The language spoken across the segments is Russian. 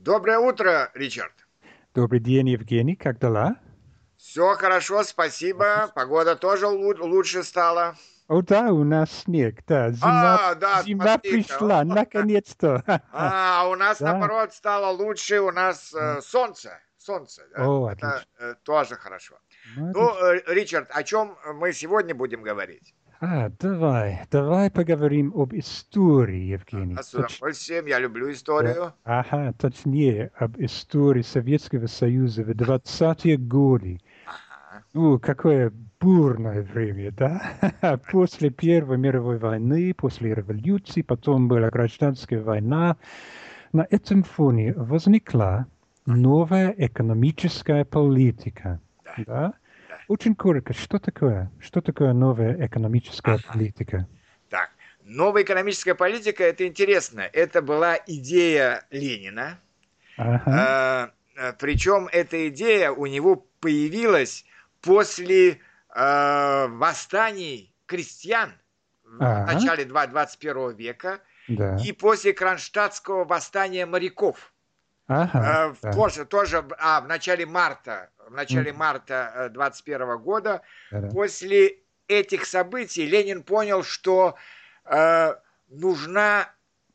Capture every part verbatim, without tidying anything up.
Доброе утро, Ричард. Добрый день, Евгений. Как дела? Все хорошо, спасибо. Отлично. Погода тоже лу- лучше стала. О, да, у нас снег, да. Зима, А, да, зима смотри-ка. пришла, наконец-то. А, у нас, Да. наоборот, стало лучше. У нас Да. э, солнце. Солнце, да? О, Это отлично. э, тоже хорошо. Ну, Ну, отлично. э, Ричард, о чем мы сегодня будем говорить? А, давай, давай поговорим об истории, Евгений. А, с Точ- удовольствием, я люблю да. историю. Ага, точнее, об истории Советского Союза в двадцатые годы. Ага, Ну, какое бурное время, да? После конечно. Первой мировой войны, после революции, потом была гражданская война. На этом фоне возникла А, новая экономическая политика. да, Да? да. Очень коротко, что такое? Что такое новая экономическая Ага. политика? Так, новая экономическая политика, это интересно. Это была идея Ленина. Ага. А, а, Причем эта идея у него появилась после а, восстаний крестьян в А, начале двадцать первого века да. и после кронштадтского восстания моряков. Ага, А, в- да. Тоже, тоже а, в начале марта, в начале М, марта э, двадцать первого года. да-да. После этих событий Ленин понял, что э, нужна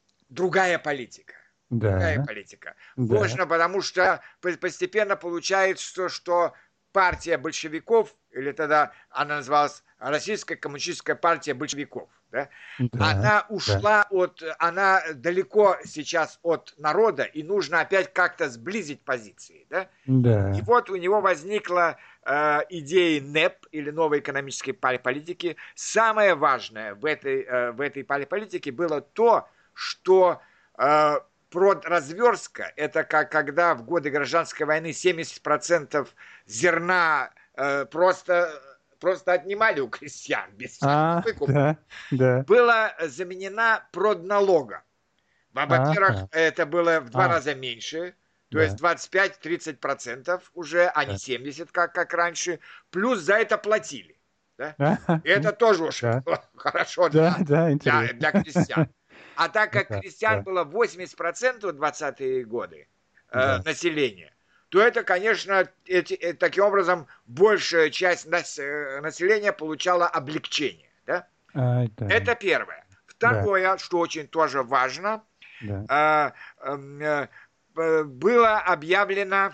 другая политика. Другая Да, политика. да. Можно, потому что постепенно получается, что, что партия большевиков, или тогда она называлась Российская коммунистическая партия большевиков, да, Да, она да, ушла от, она далеко сейчас от народа, и нужно опять как-то сблизить позиции, да. И да, вот у него возникла э, идея НЭП, или новой экономической политики. Самое важное в этой, э, в этой политике было то, что э, продразверстка, это как когда в годы гражданской войны семьдесят процентов зерна э, просто, просто отнимали у крестьян без всякого А, выкупа, да, да. была заменена продналогом. Во-первых, Ага. это было в два А, раза меньше, то есть да, двадцать пять-тридцать процентов уже, а не да. семьдесят, как, как раньше. Плюс за это платили. Да? Ага, И это тоже уже да, было хорошо да, для, да, для, интересно. для крестьян. А так Ну как да, крестьян да, было восемьдесят процентов в двадцатые годы э, да. населения, то это, конечно, эти, э, таким образом большая часть нас, э, населения получала облегчение. Да? Ай, да, Это первое. да, Второе, что очень тоже важно, да, э, э, э, было объявлена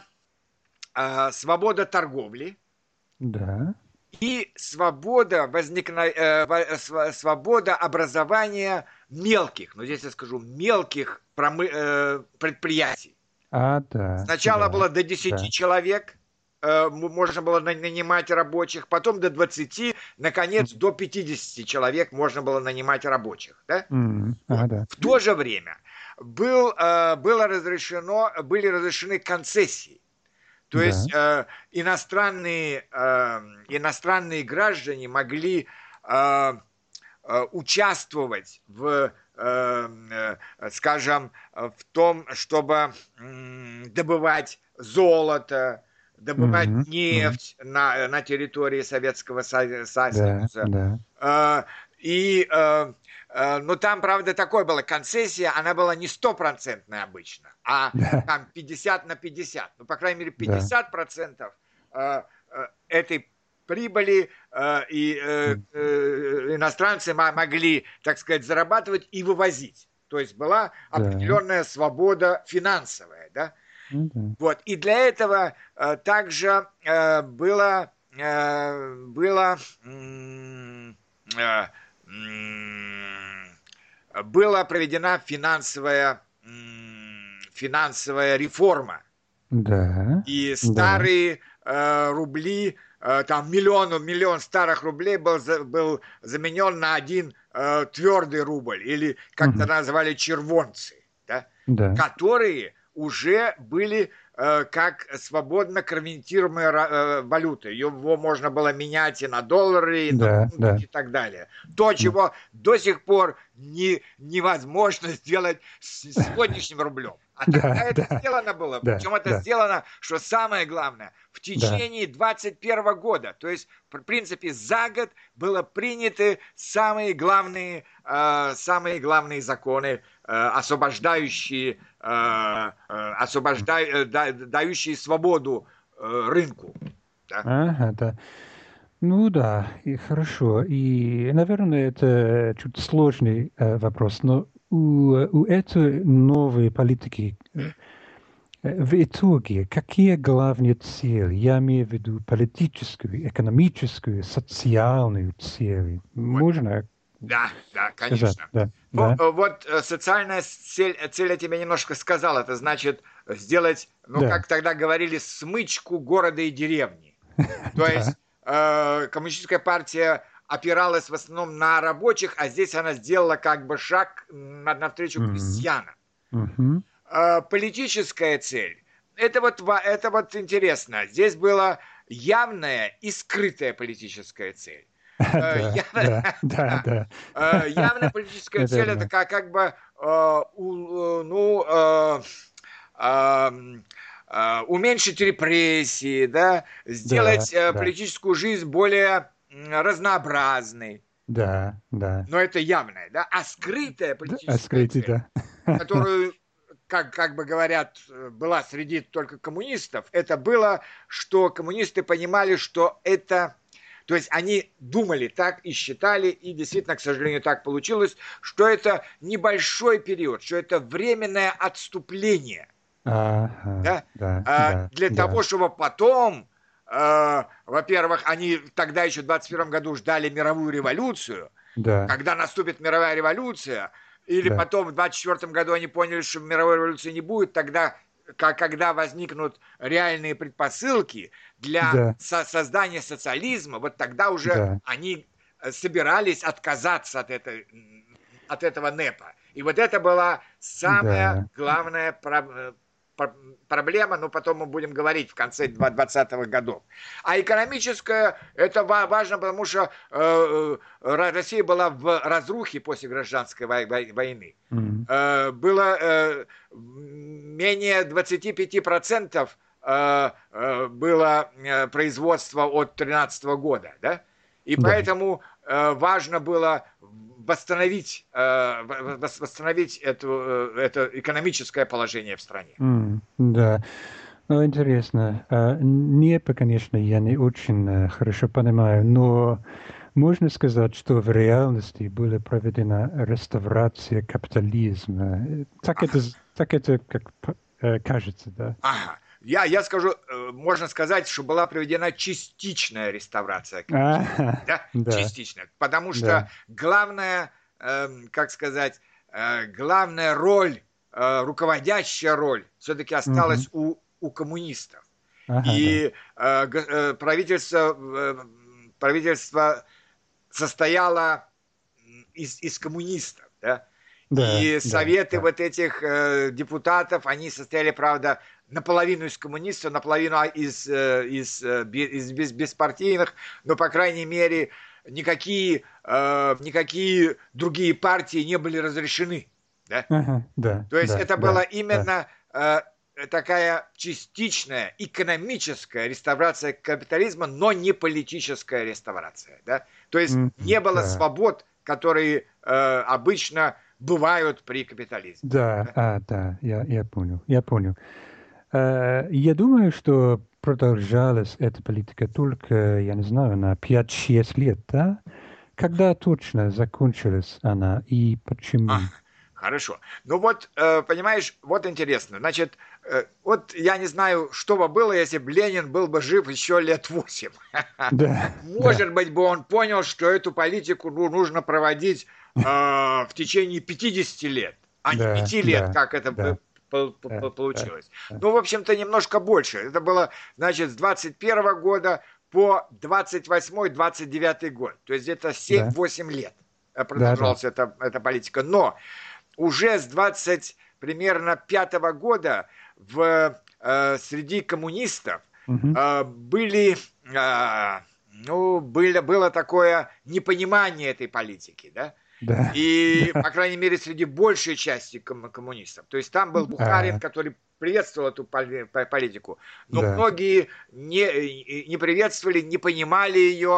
э, свобода торговли да. и свобода, возникна, э, свобода образования мелких, ну здесь я скажу, мелких промы, э, предприятий. А, да, Сначала да, было до десяти да, человек, э, можно было нанимать рабочих, потом до двадцати, наконец м, до пятидесяти человек можно было нанимать рабочих. Да? м, а, Вот. да, В то же время был, э, было разрешено, были разрешены концессии. То да, есть э, иностранные, э, иностранные граждане могли э, э, участвовать в, э, э, скажем, в том, чтобы м, добывать золото, добывать м, м, нефть на, на территории Советского да, Союза. да, Э, И, э, э, ну, там, правда, такое было, концессия, она была не стопроцентная обычно, а да, там пятьдесят на пятьдесят. Ну, по крайней мере, да, пятьдесят процентов э, э, этой прибыли э, и э, м, э, иностранцы могли, так сказать, зарабатывать и вывозить. То есть была да, определенная свобода финансовая, да. ну да, Вот. И для этого э, также э, было, э, было, м, э, м, была проведена финансовая, м, финансовая реформа. да, И да, старые э, рубли, э, там миллион, миллион старых рублей был, за- был заменен на один э, твердый рубль, или как-то мгм, назвали червонцы, да, да, которые уже были э, как свободно конвертируемая э, валюта. Его можно было менять и на доллары, и на да, фунты да, и так далее. То, ну, чего до сих пор не, невозможно сделать с сегодняшним рублем. А тогда да, это да, сделано было. да, Причем это да, сделано, что самое главное, в да, течение двадцать первого года. То есть, в принципе, за год было приняты самые главные, э, самые главные законы освобождающие, освобожда... дающие свободу рынку. Да? Ага, да. Ну да, и хорошо. И, наверное, это чуть сложный э, вопрос, но у, у этой новой политики э, в итоге какие главные цели? Я имею в виду политическую, экономическую, социальную цели. Вот. Можно Да, да, сказать? конечно. Да, Ну, да, вот социальная цель, цель я тебе немножко сказал, это значит сделать, ну, да, как тогда говорили, смычку города и деревни. То да. есть э, коммунистическая партия опиралась в основном на рабочих, а здесь она сделала как бы шаг навстречу Мгм, крестьянам. мгм. Э, политическая цель, это вот, это вот интересно, здесь была явная и скрытая политическая цель. Э, Да, да, явная, да, да, да. Э, явная политическая цель это Наверное. как, как бы э, у, ну, э, э, э, уменьшить репрессии, да, Да, сделать э, да, политическую жизнь более разнообразной. да, да. Но это явная, да, а скрытая Да, политическая открытие, цель, да. которую, как, как бы говорят, была среди только коммунистов, это было, что коммунисты понимали, что это... То есть они думали так и считали, и действительно, к сожалению, так получилось, что это небольшой период, что это временное отступление, Ага, да, да, а, да, для того, да, чтобы потом, э, во-первых, они тогда еще в двадцать первом году ждали мировую революцию, да, когда наступит мировая революция, или да, потом в двадцать четвёртом году они поняли, что мировой революции не будет, тогда, когда возникнут реальные предпосылки для да, со создания социализма, вот тогда уже да, они собирались отказаться от, этой, от этого НЭПа. И вот это была самая да. главная проблема, но потом мы будем говорить в конце двадцатых годов. А экономическая, это важно, потому что э, Россия была в разрухе после гражданской войны. М, Э, было э, менее двадцать пять процентов э, э, было э, производство от тринадцатого года, да? И да. поэтому э, важно было восстановить, э, восстановить эту, э, это экономическое положение в стране. М, да. Ну, интересно. А, НЕПа, конечно, я не очень э, хорошо понимаю, но можно сказать, что в реальности была проведена реставрация капитализма. Э, Так это, з- так это как п- э, кажется, да? Ага. Я, я скажу, э, можно сказать, что была проведена частичная реставрация капитализма. А, Да? да, Частичная. Потому что да. главная, эм, как сказать, э, главная роль, э, руководящая роль все-таки Мгм. осталась у, у коммунистов. Ага, да. И э, г- э, правительство, э, правительство состояло из, из коммунистов. Да? Да, И да, советы да, вот этих э, депутатов, они состояли, правда, наполовину из коммунистов, наполовину из, э, из, э, из без, беспартийных, но, по крайней мере, никакие, э, никакие другие партии не были разрешены. Да? ага, да, То есть да, это была да, да. именно э, такая частичная экономическая реставрация капитализма, но не политическая реставрация. Да? То есть не Мгм, было да, свобод, которые э, обычно бывают при капитализме. да, Да? а, да, я, я понял, я понял. Э, Я думаю, что продолжалась эта политика только, я не знаю, на пять-шесть лет, да? Когда точно закончилась она и А, почему? хорошо. Ну вот, э, понимаешь, вот интересно. Значит, э, вот я не знаю, что бы было, если бы Ленин был бы жив еще лет восемь. Да, да, Может быть, бы он понял, что эту политику ну, нужно проводить э, в течение пятидесяти лет, а не да, пяти лет, да, как это да, да, да, получилось. да, Ну, в общем-то, немножко больше. Это было, значит, с двадцать первого года по двадцать восьмой двадцать девятый год. То есть где-то да, семь-восемь лет да, да. продолжалась эта, эта политика. Но уже с двадцать примерно пятого года в, э, среди коммунистов Мгм. э, были, э, ну, было, было такое непонимание этой политики, да, Да, и, да, по крайней мере, среди большей части ком- коммунистов. То есть там был Бухарин, а, который приветствовал эту политику, но да, многие не, не приветствовали, не понимали ее,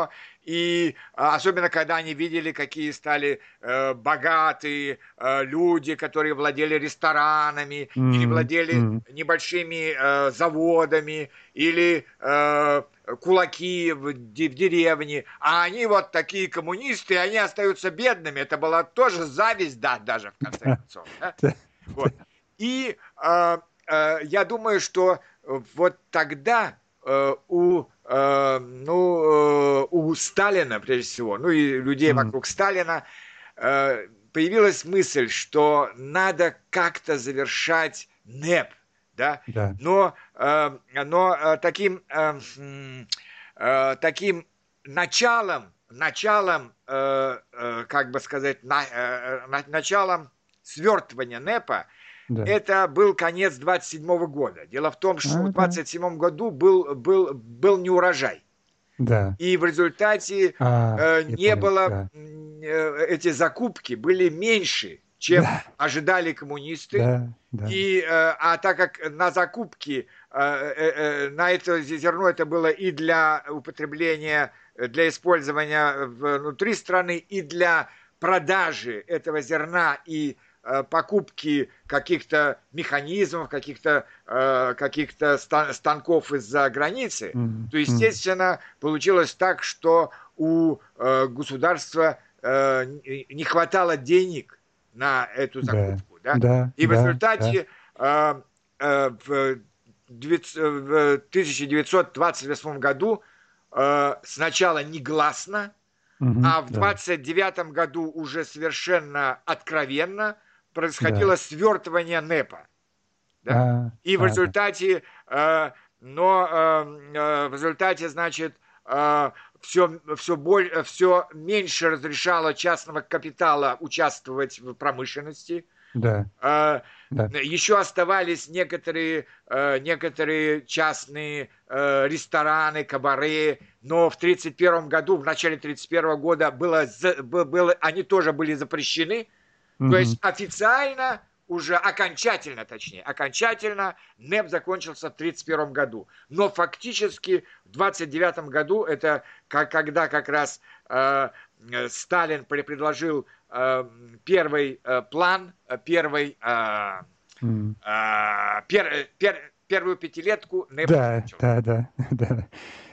И особенно, когда они видели, какие стали э, богатые э, люди, которые владели ресторанами, или М, владели м. небольшими э, заводами, или э, кулаки в, де- в деревне. А они вот такие коммунисты, и они остаются бедными. Это была тоже зависть, да, даже в конце Да, концов. Да? да, да. Вот. И э, э, я думаю, что вот тогда э, у, э, ну, э, у Сталина, прежде всего, ну и людей М, вокруг Сталина, э, появилась мысль, что надо как-то завершать НЭП, да, Да, но, э, но э, таким, э, м, э, таким началом, началом, э, э, как бы сказать, на, э, на- началом свертывания НЭПа да. это был конец двадцать седьмого года. Дело в том, что в А, да, двадцать седьмом году был, был, был неурожай. да. И в результате А, э, я не понял, было, да. э, эти закупки были меньше, чем Да, ожидали коммунисты. да, да. И, э, а так как на закупки, э, э, э, на это зерно это было и для употребления, для использования внутри страны, и для продажи этого зерна и э, покупки каких-то механизмов, каких-то э, каких-то станков из-за границы, М, то, м. естественно, получилось так, что у э, государства э, не хватало денег на эту Да, закупку, да, да, и в да, да. результате э, э, в, в тысяча девятьсот двадцать восьмом году э, сначала негласно, Мгм, а в да, двадцать девятом году уже совершенно откровенно да. происходило свертывание НЭПа. Да? А, И в а, да. результате, э, но э, э, в результате, значит, э, все, все, боль, все меньше разрешало частного капитала участвовать в промышленности. Да, Э, да, Еще оставались некоторые, э, некоторые частные э, рестораны, кабаре, но в тридцать первом году, в начале тридцать первого года было, было, они тоже были запрещены. То мгм, есть официально, уже окончательно, точнее, окончательно НЭП закончился в тридцать первом году. Но фактически в двадцать девятом году, это когда как раз э, Сталин предложил э, первый э, план, первый, э, м. э, пер, пер, первую пятилетку НЭП Да, закончился. да, да, да.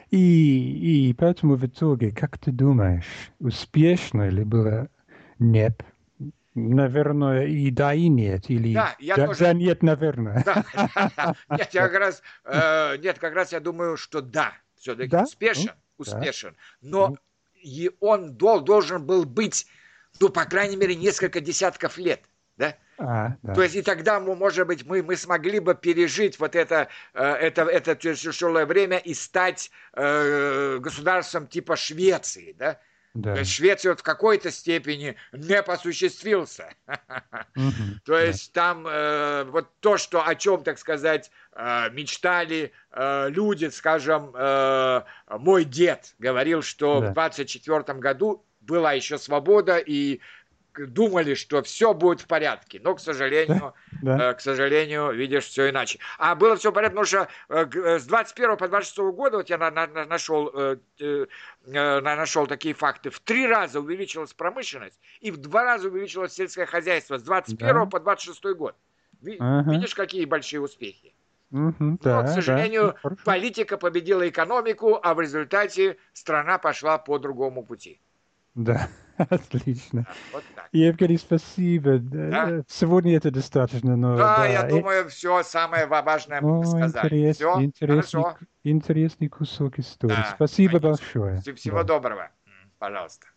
И, и поэтому в итоге, как ты думаешь, успешно ли было НЭП? Наверное, и да, и нет. Или Да, я да, тоже... да, нет, наверное. Да, нет, я как раз, э, нет, как раз я думаю, что да, все-таки Да? Ну, успешен, да. успешен, но Ну, и он дол, должен был быть, ну, по крайней мере, несколько десятков лет, да? а, То да. есть и тогда, мы, может быть, мы, мы смогли бы пережить вот это, э, это, это тяжелое время и стать э, государством типа Швеции, да? То есть Да. Швеция вот в какой-то степени не осуществился. Мгм, То да. есть там э, вот то, что о чем, так сказать, э, мечтали э, люди, скажем, э, мой дед говорил, что в Да. двадцать четвёртом году была еще свобода и думали, что все будет в порядке, но, к Да. сожалению, Да. э, к сожалению, видишь, все иначе. А было все в порядке, потому что э, с двадцать первого по двадцать шестого года, вот я на, на, нашел, э, э, нашел такие факты, в три раза увеличилась промышленность и в два раза увеличилось сельское хозяйство с двадцать первого Да. по двадцать шестой год. Ага. Видишь, какие большие успехи. Мгм, Но, к да, да. Ну, сожалению, хорошо. политика победила экономику, а в результате страна пошла по другому пути. Да. Отлично. Да, вот так. Евгений, спасибо. Да? Да, сегодня это достаточно, но Да, я да. э, думаю, все самое важное мы Ну, сказали. интерес, Все, интересный, хорошо. к- интересный кусок истории. Да, Спасибо конечно. большое. Всего Да. доброго. Пожалуйста.